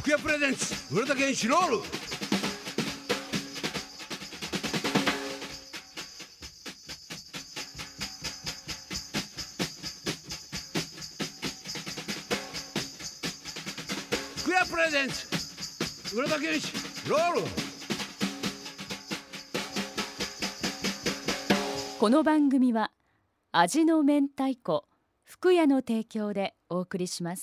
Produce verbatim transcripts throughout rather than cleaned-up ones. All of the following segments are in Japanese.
福屋プレゼンツ浦田健シロール。福屋プレゼンツ浦田健シロール。 この番組は味の明太子福屋の提供でお送りします。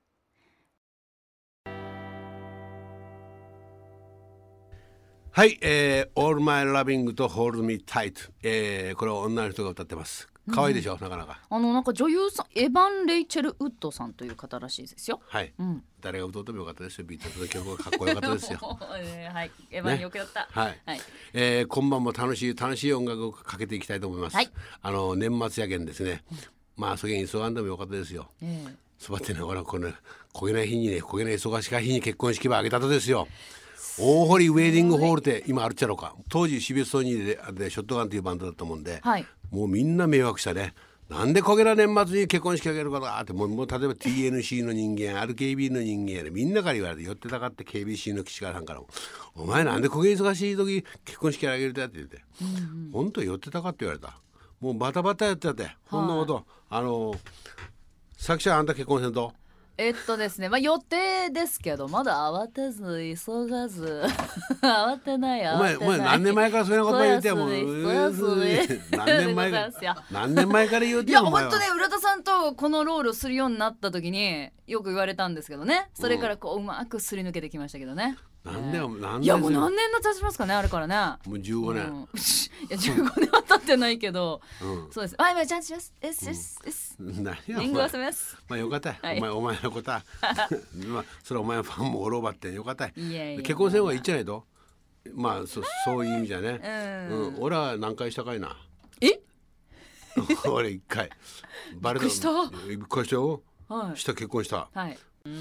はい、えー、All My Loving と Hold Me Tight、えー、これを女の人が歌ってます。可愛いでしょ、うん、なかなかあのなんか女優さんエヴァン・レイチェル・ウッドさんという方らしいですよ。 はい、うん、誰が歌ってもよかったですよ。ビートルズの曲がかっこよかったですよ、 えー、はい、エヴァンよくやった、ね、 はい、はい、えー、今晩も楽しい楽しい音楽をかけていきたいと思います、はい、あの年末やけんですね、うん、まあそげん急がんでもよかったですよ、えー、そばってね、ほらこの焦げない日にね、焦げない忙しか日に結婚式ばあげたとですよ。大堀ウェディングホールって今あるっちゃろうか。当時シビスソニー で, でショットガンというバンドだったもんで、はい、もうみんな迷惑したね。なんでこげら年末に結婚式あげるかだってもうもう例えば ティーエヌシー の人間 アールケービー の人間やでみんなから言われて、寄ってたかって ケービーシー の岸川さんからもお前なんでこげ忙しい時結婚式あげるだって言って、うんうん、本当寄ってたかって言われた。もうバタバタやってて、こんなこと、はい、あのさきちゃんあんた結婚せんとえっとですね、まあ予定ですけどまだ慌てず急がず慌てない慌てない。 お前、お前何年前からそういうこと言うてやもん。何年前から何年前から言うてやもん。 いや本当ね、浦田さんとこのロールをするようになった時によく言われたんですけどね。それからこううまくすり抜けてきましたけどね。 なんでよ、なんでいやもう何年の経ちますかねあれからね。 もうじゅうごねん、うん、いやじゅうごねんは経ってないけど、うん、そうです。あ今ちゃんとします。えすえすえす。 何やリンゴ遊びます。 まあよかった、はい、お前お前のことはまあそれはお前のファンもおろばってよかった。いやいや結婚せんは言っちゃないと。まあ そ, そういう意味じゃね、うんうん、俺は何回したかいな。 え俺一回バレた。びっくりした。 びっくりしたよ、はい、した結婚した、はい、うん、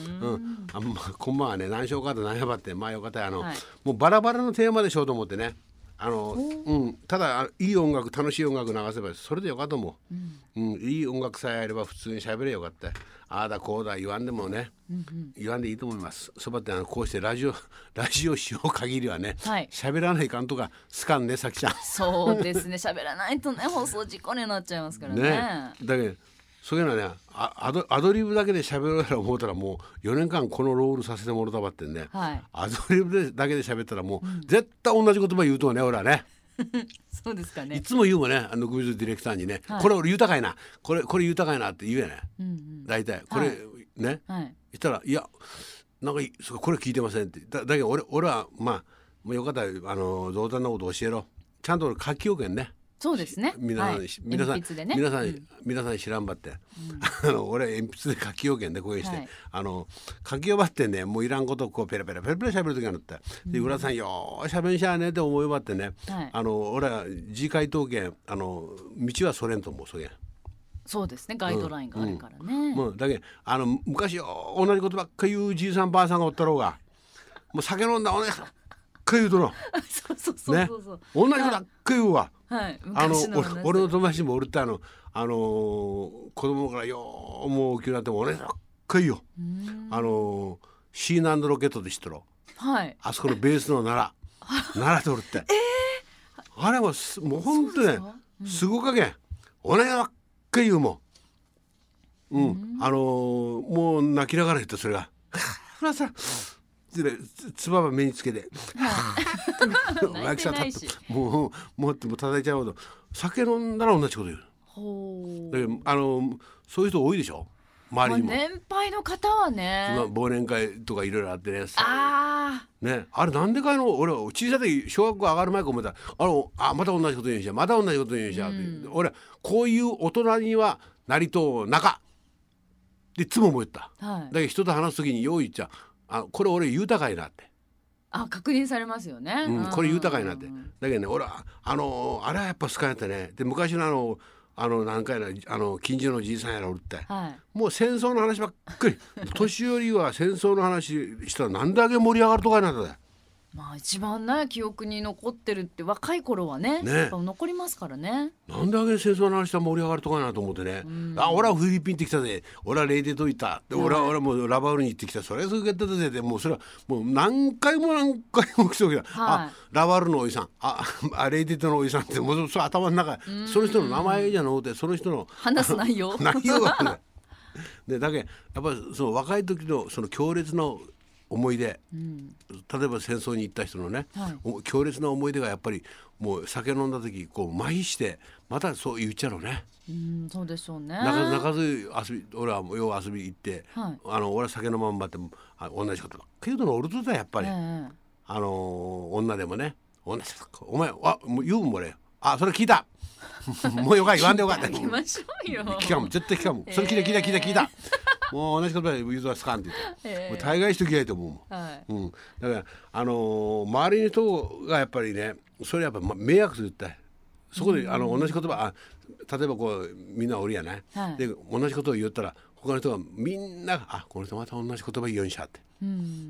あんまこんばんはね、何しようかと悩まって、まあよかったあの、はい、もうバラバラのテーマでしようと思ってね、あの、うん、ただいい音楽楽しい音楽流せばそれでよかったもん、うんうん、いい音楽さえあれば普通に喋れよかった。ああだこうだ言わんでもね、うんうん、言わんでいいと思います。そばってあのこうしてラジオラジオしよう限りはね、喋、はい、らないかんとかすかんね、さきちゃん。 そうですね、喋らないとね放送事故になっちゃいますからね。ねだけどそういうのはね、ア ド, アドリブだけで喋ろうと思ったらもうよねんかんこのロールさせてもらったばってんね、はい、アドリブでだけで喋ったらもう、うん、絶対同じ言葉言うとね俺はねそうですかね。 いつも言うもんね、あのグイズディレクターにね、はい、これ俺豊かいなこれこれ豊かいなって言うやね、うんうん、大体これ、はい、ね、はい、言ったらいやなんかこれ聞いてませんって。 だ, だけど 俺, 俺はまあもうよかったらあの増談のこと教えろ、ちゃんと書き置けんね。 そうですね。 皆さん、はい、皆さん、ね、皆さん、うん、皆さん知らんばって、うん、あの俺鉛筆で書き置けんでこういうして、はい、あの書き終わってね、もういらんことをこうペラペラペラペラ喋る時があるって、うん、で浦さんよーしゃべんしゃーねって思いばってね、はい、あの俺は次回答権あの道はそれんと思うそげ。 そうですね、ガイドラインがあるからね。うんうん、 もうだけあの昔よ同じことばっかり言うじいさんばあさんがおったろうが、もう酒飲んだおねか言うとなそうそうそうそうそう、 ね、同じことばっかり言うわ。 はい、 あの俺, 俺の友達もおるってあの、あのー、子供からよーもう大きくなっても同じばっかりよ。あのー、シーナンドロケットで知っとろ、はい、あそこのベースの奈良奈良とおるって、えー、あれももうほんとねすごかけん同じばっかり言うもん、うん、あのー、もう泣きながら言ったそれがふらさつばば目につけて泣いてないしもうもうっても叩いちゃうほど酒飲んだら同じこと言う。ほだけどあのそういう人多いでしょ周りにも、まあ、 年配の方はね今忘年会とかいろいろあってね、あねあれなんでかいの。俺小さい時小学校上がる前か思ったらあのあまた同じこと言うんしゃまた同じこと言うんしゃ、うん、俺こういう大人にはなりとうなかでいつも思った、はい、だけど人と話す時によう言っちゃあこれ俺豊かいなって、 あ確認されますよね、 うん、これ豊かいなって。だけどね俺はあのあれはやっぱ好かれてね。で昔のあのあの何回なあの近所のじいさんやらおるって、はい、もう戦争の話ばっかり年寄りは戦争の話したらなんであげ盛り上がるとかになっただよ。 まあ一番ね記憶に残ってるって若い頃はね、 ねやっぱ残りますからね。 なんであげ戦争の話は盛り上がるとかなと思ってね、あ俺はフィリピン行ってきたぜ、俺はレイデといたで、俺は俺はもうラバウルに行ってきた、それはそうやってたぜで、もうそれはもう何回も何回も来ておきだ、 はい、 あラバウルのおじさん、ああレイデとのおじさんって、もうそれ頭の中その人の名前じゃなくてその人の話す内容内容がねでだけやっぱりその若い時のその強烈な思い出、うん、例えば戦争に行った人のね、はい、強烈な思い出がやっぱりもう酒飲んだ時こう麻痺してまたそう言っちゃうのね。 うん、そうでしょうね。 泣かず遊び、俺はよう遊び行って、はい、あの俺は酒のまんまって同じことばっかり言うの俺とだやっぱり、えー、あのー、女でもね同じことお前あもう言うんもれあそれ聞いたもうよか言わんでよかった聞きましょうよ。 聞かも絶対聞かも、えー、それ聞いた聞いた聞いた聞いたもう同じことで言うとはすかんって言って、えー、もう大概しときやいと思うもん、はい、うん、だからあのー、周りの人がやっぱりねそれやっぱ迷惑するってそこであの同じ言葉あ例えばこうみんなおるやない、はい、で同じことを言ったら他の人がみんなあこの人また同じ言葉言うんしゃって、うん、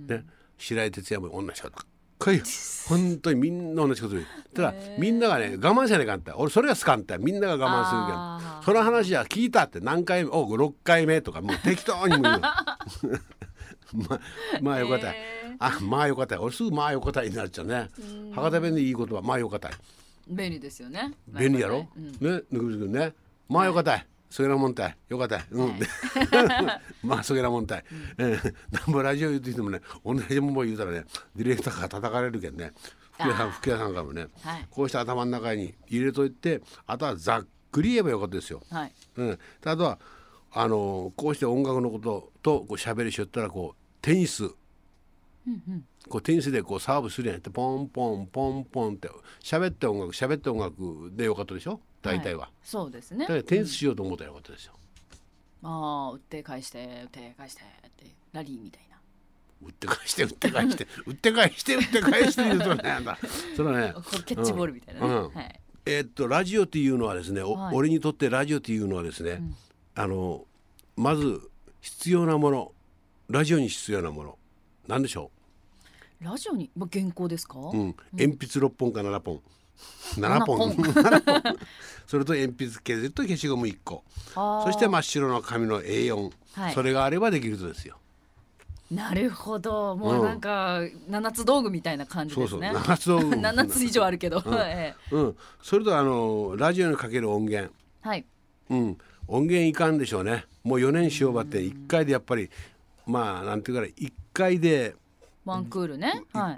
で白井哲也も同じことばっかり本当にみんな同じこと言うただみんながね我慢せないかんって俺それが好かんってみんなが我慢するけどその話は聞いたって何回目おろっかいめとかもう適当にも言うのま, まあよかった、えー、あまあよかった俺すぐまあよかったになっちゃうね。博多弁でいい言葉まあよかった便利ですよね。 便利やろ、うん、ねぬくぬくねまあよかったい、はい、そげなもんたいよかったい、うん、はい、まあそげなもんたい、うん、えー、なんぼラジオ言ってきてもね同じもん言うたらねディレクターから叩かれるけんね福屋さん福屋さんからもね、はい、こうして頭の中に入れといてあとはざっくり言えばよかったですよ、はい、うん、あとはあのー、こうして音楽のこととこう喋りしよったらこうテニス、うんうん、こうテニスでこうサーブするやんってポンポンポンポンって喋って音楽喋って音楽でよかったでしょ大体は、はい、 そうですね。 だからテニスしようと思ったらよかったですよ、 うん、ああ打って返して打って返してってラリーみたいな打って返して打って返して打って返して打って返して言うとねなんだそれはねキャッチボールみたいなね、うんうん、はい、 えー、っとラジオっていうのはですね、はい、俺にとってラジオっていうのはですね、うん、あのまず必要なものラジオに必要なものなんでしょう。ラジオに、まあ、原稿ですか、 うん、鉛筆ろっぽんかななぽんななぽんそれと鉛筆削と消しゴムいっこそして真っ白の紙の エーよん、はい、それがあればできるとですよ。 なるほどもうなんかななつ道具みたいな感じですね。 そうそうななつ道具ななつ以上あるけど、 うんうん、それとあのラジオにかける音源、 はい、 うん、音源いかんでしょうね。もうよねんしようばっていっかいでやっぱりまあなんていうかいっかいでワンクールね、はい、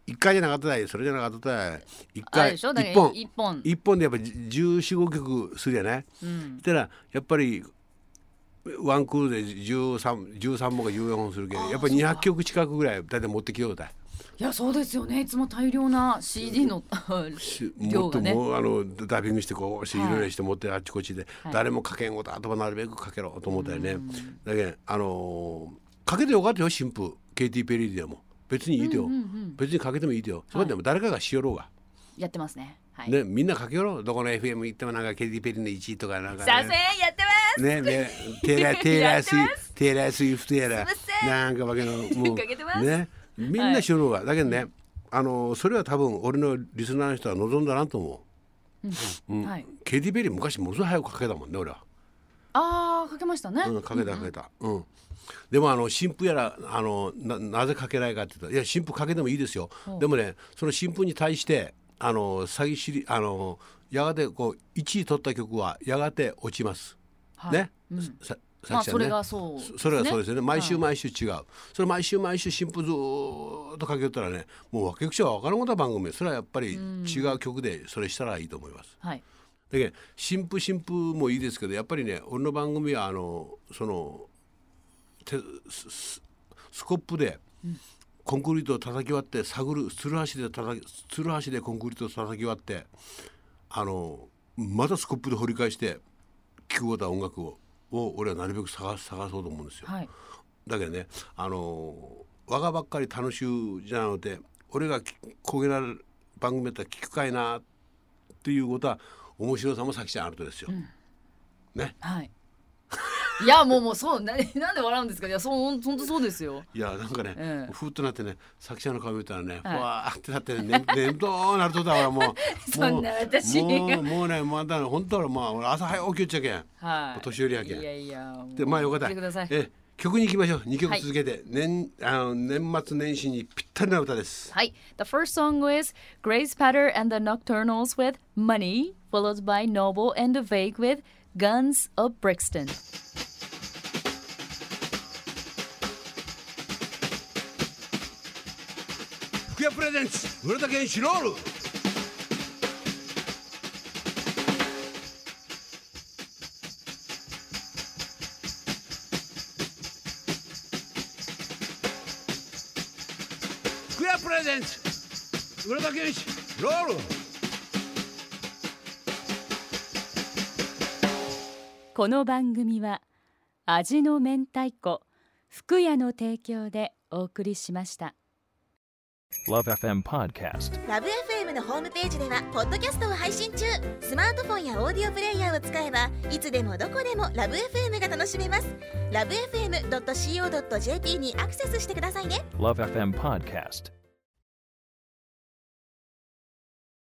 いっかいじゃなかったいそれじゃなかったいいっかいいっぽんいっぽんいっぽんでやっぱりじゅうよん、ごきょくするやね、うん、したらやっぱりワンクールでじゅうさん、じゅうさんぼんかじゅうよんほんするけどやっぱりにひゃっきょく近くぐらい大体持ってきようだい。 いやそうですよね。いつも大量な シーディー の量がねもっともうあのダビングしてこうしていろいろして持ってあっちこっちで、はい、誰もかけんことあとはなるべくかけろと思ったよね。だけどあのー、かけてよかったよ新婦ケイティ・ペリーでも別にいいよ、うんうんうん、別にかけてもいいよ、はい、それでも誰かがしよろうがやってますね、はい、 ねみんなかけよろどこの エフエム 行ってもなんかケイティ・ペリーのいちいとかなんか、ね、 させんやってますねねテーラーテーラースイテーラースイフトやらなんかわけのもうかけてますねみんなしよろうが、はい、だけどねあのそれは多分俺のリスナーの人は望んだなと思う、うんうんはい、ケイティ・ペリー昔ものすごい早くかけたもんね俺は。 あーかけましたね、 うん、かけたかけた、うんうん、でもあの新婦やらあの な, なぜかけないかって言ったらいや新婦かけてもいいですよ。でもねその新婦に対してあの詐欺知りあのやがてこういちい取った曲はやがて落ちます、はい、ね、うんさまあ、それがそうですね。 それがそうですよね。毎週毎週違う、はい、それ毎週毎週新婦ずっとかけたらねもうわけくちゃ分からんことは番組それはやっぱり違う曲でそれしたらいいと思います、はい、だけど新婦新婦もいいですけどやっぱりね俺の番組はあのそのて ス, スコップでコンクリートを叩き割って探るつるはしで叩きつるはしでコンクリートを叩き割ってあのまたスコップで掘り返して聴くことは音楽をを俺はなるべく 探, 探そうと思うんですよ、はい、だけどねあの我がばっかり楽しゅうじゃなくて俺がこげな番組だったら聞くかいなっていうことは面白さもさきちゃんあるとですよ、うん、ね、 はいいやもうもうそう な, なんで笑うんですか。いやそう本当そうですよ。 いやなんかね、 ええ、 ふーっとなってね作者の顔見たらね、 はい、 ふわーってなってね眠となるとだからもうそんな私もうもうねまだ本当はまあ俺朝早起きよっちゃけん、はい、年寄りやけん。 いやいやでまあよかった。え曲に行きましょう。にきょく続けて、はい、年, あの年末年始にぴったりな歌です。 はい。The first song is Grace Patter and the Nocturnals with Money, followed by Noble and the Vague with Guns of Brixton。 福屋プレゼンツ浦田健シロール。福屋プレゼンツ浦田健シロール。 この番組は味の明太子福屋の提供でお送りしました。 ラブ エフエム Podcast。 ラブ エフエム のホームページではポッドキャストを配信中。スマートフォンやオーディオプレイヤーを使えばいつでもどこでもラブ エフエム が楽しめます。ラブ エフエムドットシーオードットジェーピー にアクセスしてくださいね。 ラブ エフエム Podcast。